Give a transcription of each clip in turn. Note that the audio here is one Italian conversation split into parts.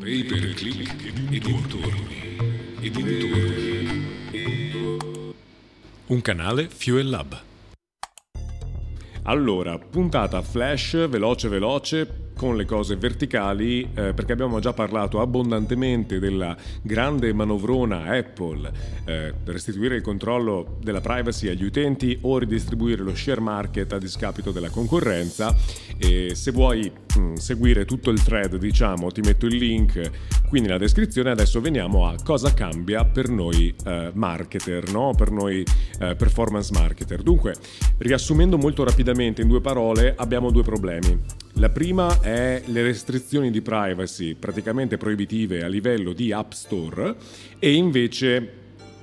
Pay per click e dintorni. Un canale Fuel Lab. Allora, puntata flash, veloce, con le cose verticali, perché abbiamo già parlato abbondantemente della grande manovrona Apple, restituire il controllo della privacy agli utenti o ridistribuire lo share market a discapito della concorrenza. E se vuoi seguire tutto il thread, diciamo, ti metto il link qui nella descrizione. Adesso veniamo a cosa cambia per noi marketer, no? Per noi performance marketer. Dunque, riassumendo molto rapidamente in due parole, abbiamo due problemi. La prima è le restrizioni di privacy praticamente proibitive a livello di App Store e invece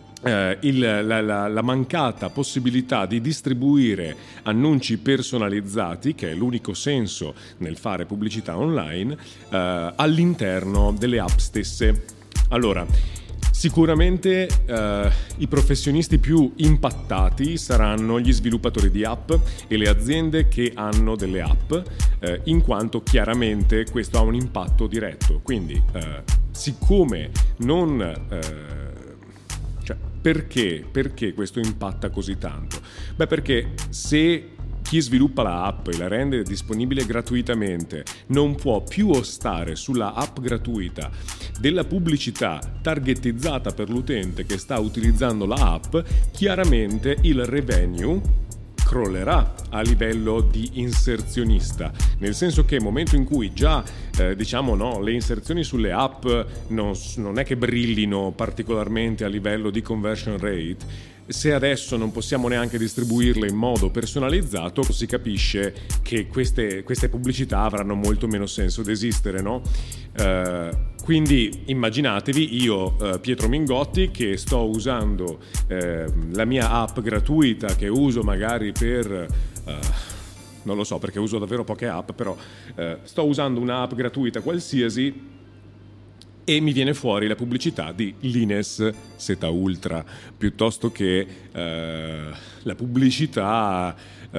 la mancata possibilità di distribuire annunci personalizzati, che è l'unico senso nel fare pubblicità online, all'interno delle app stesse. Allora, sicuramente i professionisti più impattati saranno gli sviluppatori di app e le aziende che hanno delle app, in quanto chiaramente questo ha un impatto diretto. Quindi, siccome non... Perché questo impatta così tanto? Beh, perché se chi sviluppa la app e la rende disponibile gratuitamente non può più ostare sulla app gratuita della pubblicità targetizzata per l'utente che sta utilizzando la app, chiaramente il revenue crollerà a livello di inserzionista, nel senso che nel momento in cui già le inserzioni sulle app non è che brillino particolarmente a livello di conversion rate, se adesso non possiamo neanche distribuirle in modo personalizzato, si capisce che queste pubblicità avranno molto meno senso d'esistere, no? Quindi immaginatevi io, Pietro Mingotti, che sto usando la mia app gratuita che uso magari per... non lo so perché uso davvero poche app, però sto usando una app gratuita qualsiasi e mi viene fuori la pubblicità di Lines Seta Ultra piuttosto che la pubblicità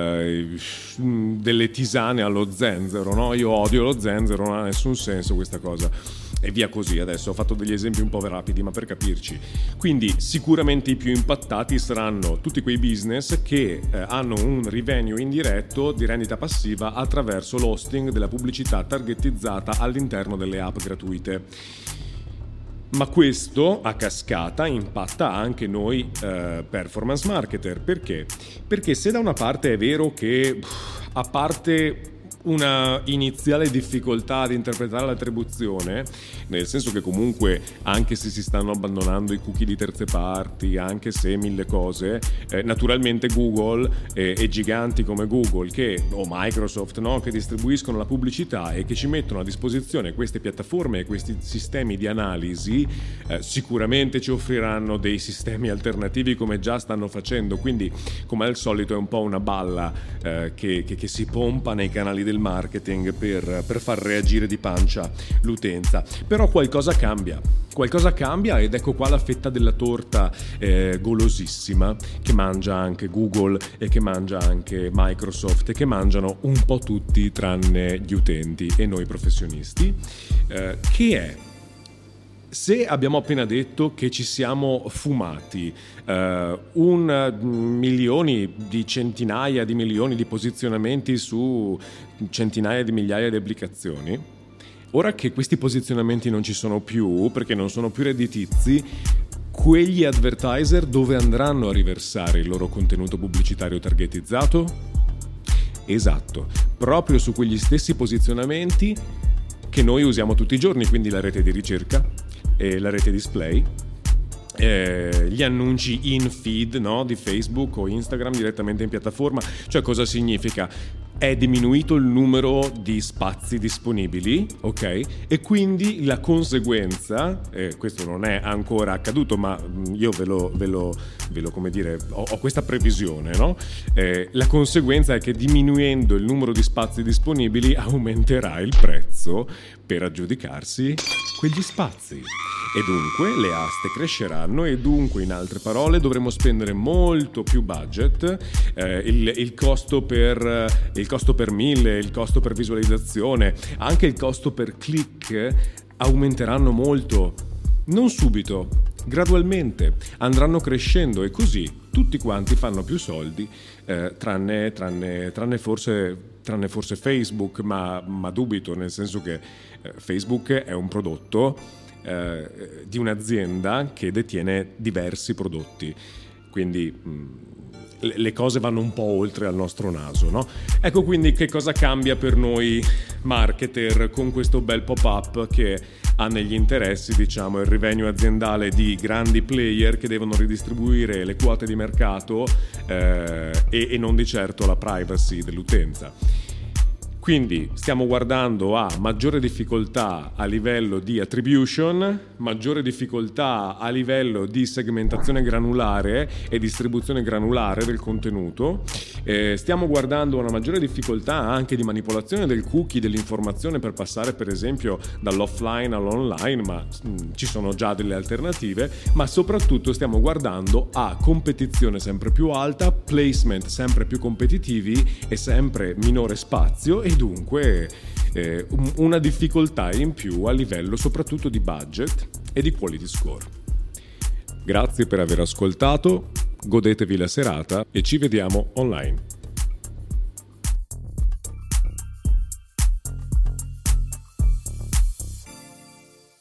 delle tisane allo zenzero, no? Io odio lo zenzero, non ha nessun senso questa cosa. E via così. Adesso ho fatto degli esempi un po' rapidi, ma per capirci. Quindi sicuramente i più impattati saranno tutti quei business che hanno un revenue indiretto di rendita passiva attraverso l'hosting della pubblicità targetizzata all'interno delle app gratuite. Ma questo a cascata impatta anche noi performance marketer. Perché? Perché se da una parte è vero che a parte una iniziale difficoltà ad interpretare l'attribuzione, nel senso che comunque anche se si stanno abbandonando i cookie di terze parti, anche se mille cose, naturalmente Google e giganti come Google o Microsoft, no, che distribuiscono la pubblicità e che ci mettono a disposizione queste piattaforme e questi sistemi di analisi, sicuramente ci offriranno dei sistemi alternativi come già stanno facendo. Quindi come al solito è un po' una balla che si pompa nei canali del marketing per far reagire di pancia l'utenza. Però qualcosa cambia ed ecco qua la fetta della torta golosissima che mangia anche Google e che mangia anche Microsoft e che mangiano un po' tutti tranne gli utenti e noi professionisti, che è: se abbiamo appena detto che ci siamo fumati centinaia di milioni di posizionamenti su centinaia di migliaia di applicazioni, ora che questi posizionamenti non ci sono più perché non sono più redditizi, quegli advertiser dove andranno a riversare il loro contenuto pubblicitario targetizzato? Esatto, proprio su quegli stessi posizionamenti che noi usiamo tutti i giorni, quindi la rete di ricerca e la rete display, gli annunci in feed, no, di Facebook o Instagram direttamente in piattaforma. Cioè, cosa significa? È diminuito il numero di spazi disponibili, ok? E quindi la conseguenza, questo non è ancora accaduto, ma io ve lo come dire, ho questa previsione, no? La conseguenza è che diminuendo il numero di spazi disponibili aumenterà il prezzo per aggiudicarsi quegli spazi. E dunque le aste cresceranno e dunque, in altre parole, dovremo spendere molto più budget, il costo per mille, il costo per visualizzazione, anche il costo per click aumenteranno molto, non subito, gradualmente, andranno crescendo e così tutti quanti fanno più soldi, tranne forse Facebook, ma dubito, nel senso che Facebook è un prodotto di un'azienda che detiene diversi prodotti, quindi le cose vanno un po' oltre al nostro naso, no? Ecco quindi che cosa cambia per noi marketer con questo bel pop-up che ha negli interessi, diciamo, il revenue aziendale di grandi player che devono ridistribuire le quote di mercato e non di certo la privacy dell'utenza. Quindi stiamo guardando a maggiore difficoltà a livello di attribution, maggiore difficoltà a livello di segmentazione granulare e distribuzione granulare del contenuto, stiamo guardando a una maggiore difficoltà anche di manipolazione del cookie, dell'informazione per passare per esempio dall'offline all'online, ma ci sono già delle alternative, ma soprattutto stiamo guardando a competizione sempre più alta, placement sempre più competitivi e sempre minore spazio, e dunque una difficoltà in più a livello soprattutto di budget e di quality score. Grazie per aver ascoltato, godetevi la serata e ci vediamo online.